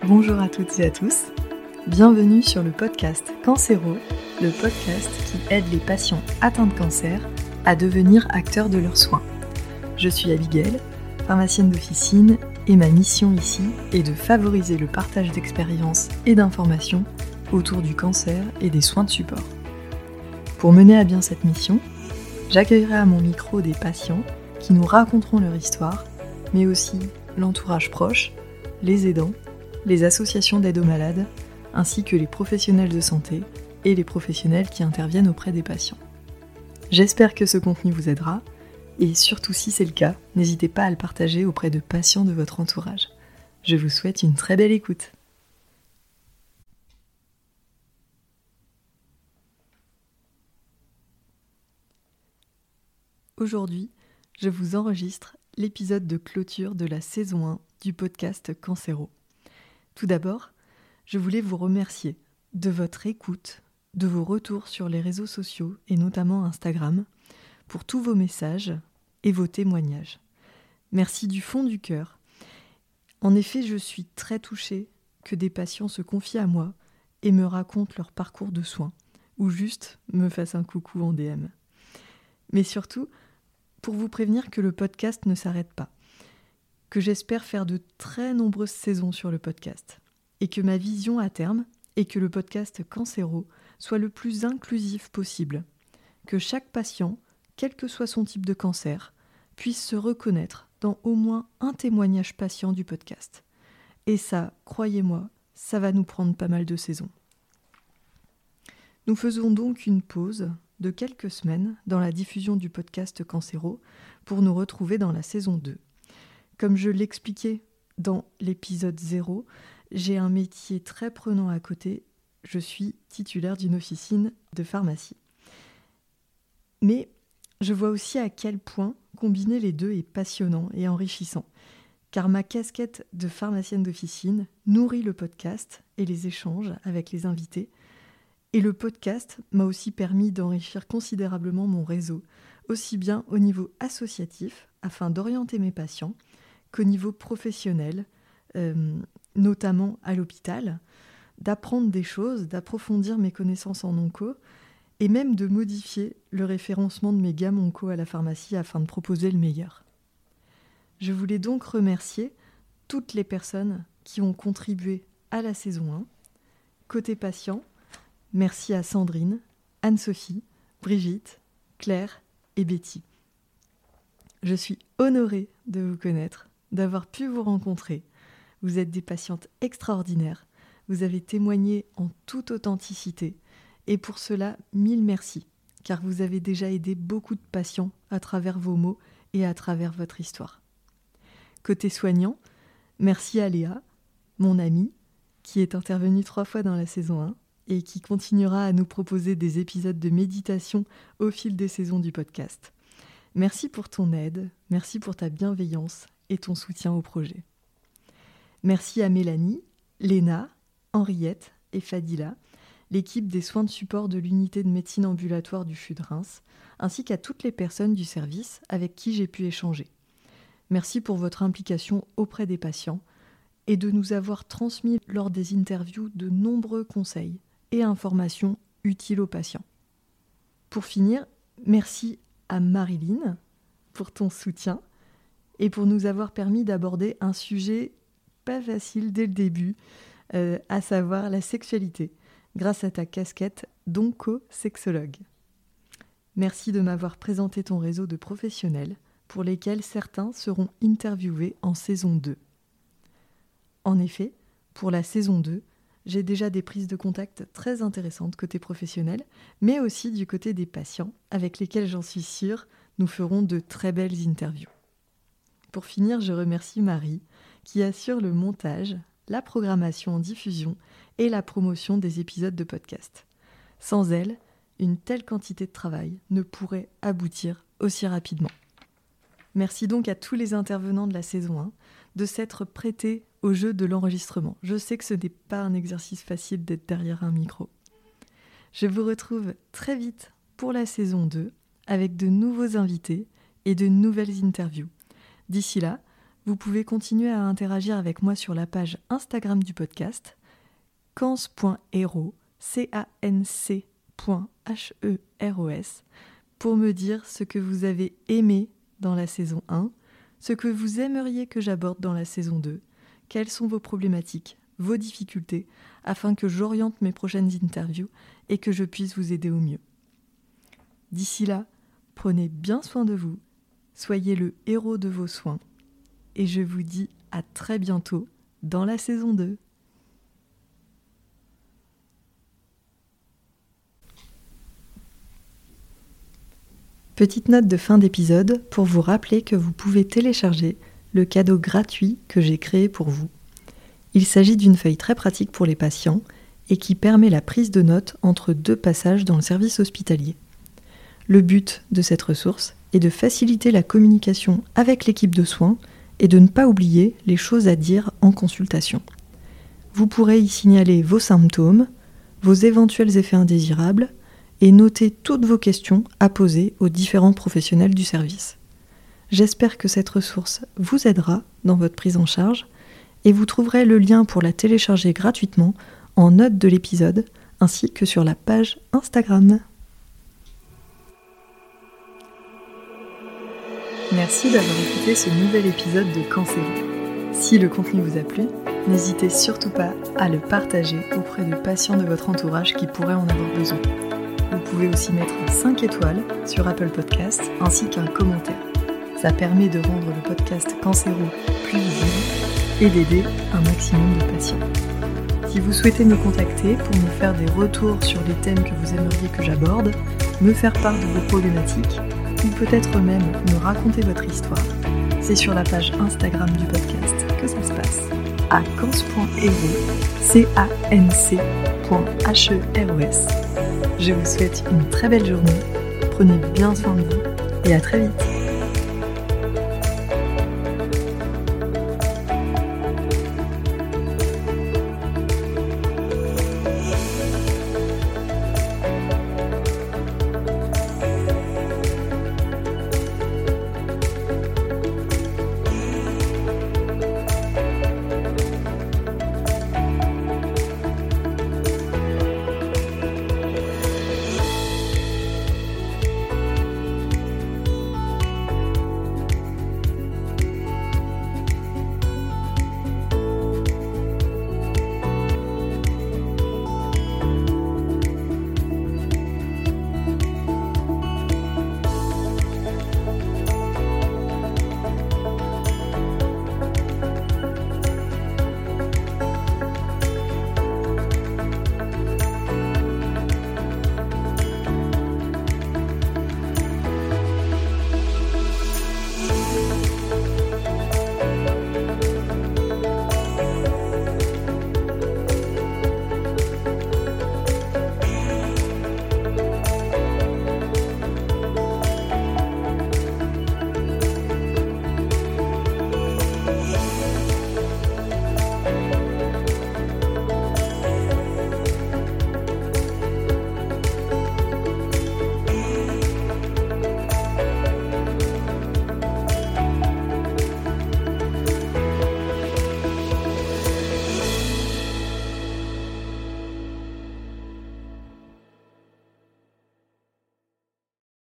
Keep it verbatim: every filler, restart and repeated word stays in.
Bonjour à toutes et à tous, bienvenue sur le podcast Cancéro, le podcast qui aide les patients atteints de cancer à devenir acteurs de leurs soins. Je suis Abigail, pharmacienne d'officine, et ma mission ici est de favoriser le partage d'expériences et d'informations autour du cancer et des soins de support. Pour mener à bien cette mission, j'accueillerai à mon micro des patients qui nous raconteront leur histoire, mais aussi l'entourage proche, les aidants, les associations d'aide aux malades, ainsi que les professionnels de santé et les professionnels qui interviennent auprès des patients. J'espère que ce contenu vous aidera, et surtout si c'est le cas, n'hésitez pas à le partager auprès de patients de votre entourage. Je vous souhaite une très belle écoute. Aujourd'hui, je vous enregistre l'épisode de clôture de la saison un du podcast Cancéro. Tout d'abord, je voulais vous remercier de votre écoute, de vos retours sur les réseaux sociaux et notamment Instagram, pour tous vos messages et vos témoignages. Merci du fond du cœur. En effet, je suis très touchée que des patients se confient à moi et me racontent leur parcours de soins, ou juste me fassent un coucou en D M. Mais surtout, pour vous prévenir que le podcast ne s'arrête pas, que j'espère faire de très nombreuses saisons sur le podcast, et que ma vision à terme est que le podcast Cancéro soit le plus inclusif possible, que chaque patient, quel que soit son type de cancer, puisse se reconnaître dans au moins un témoignage patient du podcast. Et ça, croyez-moi, ça va nous prendre pas mal de saisons. Nous faisons donc une pause de quelques semaines dans la diffusion du podcast Cancéro pour nous retrouver dans la saison deux. Comme je l'expliquais dans l'épisode zéro, j'ai un métier très prenant à côté. Je suis titulaire d'une officine de pharmacie. Mais je vois aussi à quel point combiner les deux est passionnant et enrichissant, car ma casquette de pharmacienne d'officine nourrit le podcast et les échanges avec les invités. Et le podcast m'a aussi permis d'enrichir considérablement mon réseau, aussi bien au niveau associatif, afin d'orienter mes patients, qu'au niveau professionnel, euh, notamment à l'hôpital, d'apprendre des choses, d'approfondir mes connaissances en onco, et même de modifier le référencement de mes gammes onco à la pharmacie afin de proposer le meilleur. Je voulais donc remercier toutes les personnes qui ont contribué à la saison un. Côté patient, merci à Sandrine, Anne-Sophie, Brigitte, Claire et Betty. Je suis honorée de vous connaître, d'avoir pu vous rencontrer. Vous êtes des patientes extraordinaires. Vous avez témoigné en toute authenticité. Et pour cela, mille merci, car vous avez déjà aidé beaucoup de patients à travers vos mots et à travers votre histoire. Côté soignant, merci à Léa, mon amie, qui est intervenue trois fois dans la saison un et qui continuera à nous proposer des épisodes de méditation au fil des saisons du podcast. Merci pour ton aide, merci pour ta bienveillance et ton soutien au projet. Merci à Mélanie, Léna, Henriette et Fadila, l'équipe des soins de support de l'unité de médecine ambulatoire du C H U de Reims, ainsi qu'à toutes les personnes du service avec qui j'ai pu échanger. Merci pour votre implication auprès des patients et de nous avoir transmis lors des interviews de nombreux conseils et informations utiles aux patients. Pour finir, merci à Marilyn pour ton soutien et pour nous avoir permis d'aborder un sujet pas facile dès le début, euh, à savoir la sexualité, grâce à ta casquette d'onco-sexologue. Merci de m'avoir présenté ton réseau de professionnels, pour lesquels certains seront interviewés en saison deux. En effet, pour la saison deux, j'ai déjà des prises de contact très intéressantes côté professionnel, mais aussi du côté des patients, avec lesquels j'en suis sûre, nous ferons de très belles interviews. Pour finir, je remercie Marie, qui assure le montage, la programmation en diffusion et la promotion des épisodes de podcast. Sans elle, une telle quantité de travail ne pourrait aboutir aussi rapidement. Merci donc à tous les intervenants de la saison un de s'être prêtés au jeu de l'enregistrement. Je sais que ce n'est pas un exercice facile d'être derrière un micro. Je vous retrouve très vite pour la saison deux avec de nouveaux invités et de nouvelles interviews. D'ici là, Vous pouvez continuer à interagir avec moi sur la page Instagram du podcast, cans point hero, C A N C point H E R O S, pour me dire ce que vous avez aimé dans la saison un, ce que vous aimeriez que j'aborde dans la saison deux, quelles sont vos problématiques, vos difficultés, afin que j'oriente mes prochaines interviews et que je puisse vous aider au mieux. D'ici là, prenez bien soin de vous, soyez le héros de vos soins, et je vous dis à très bientôt dans la saison deux. Petite note de fin d'épisode pour vous rappeler que vous pouvez télécharger le cadeau gratuit que j'ai créé pour vous. Il s'agit d'une feuille très pratique pour les patients et qui permet la prise de notes entre deux passages dans le service hospitalier. Le but de cette ressource est de faciliter la communication avec l'équipe de soins et de ne pas oublier les choses à dire en consultation. Vous pourrez y signaler vos symptômes, vos éventuels effets indésirables, et notez toutes vos questions à poser aux différents professionnels du service. J'espère que cette ressource vous aidera dans votre prise en charge et vous trouverez le lien pour la télécharger gratuitement en note de l'épisode ainsi que sur la page Instagram. Merci d'avoir écouté ce nouvel épisode de Cancéro. Si le contenu vous a plu, n'hésitez surtout pas à le partager auprès de patients de votre entourage qui pourraient en avoir besoin. Vous pouvez aussi mettre cinq étoiles sur Apple Podcasts ainsi qu'un commentaire. Ça permet de rendre le podcast Cancéro plus visible et d'aider un maximum de patients. Si vous souhaitez me contacter pour me faire des retours sur les thèmes que vous aimeriez que j'aborde, me faire part de vos problématiques ou peut-être même me raconter votre histoire, c'est sur la page Instagram du podcast que ça se passe, à cans point hero, C A N C point H E R O S. Je vous souhaite une très belle journée, prenez bien soin de vous et à très vite.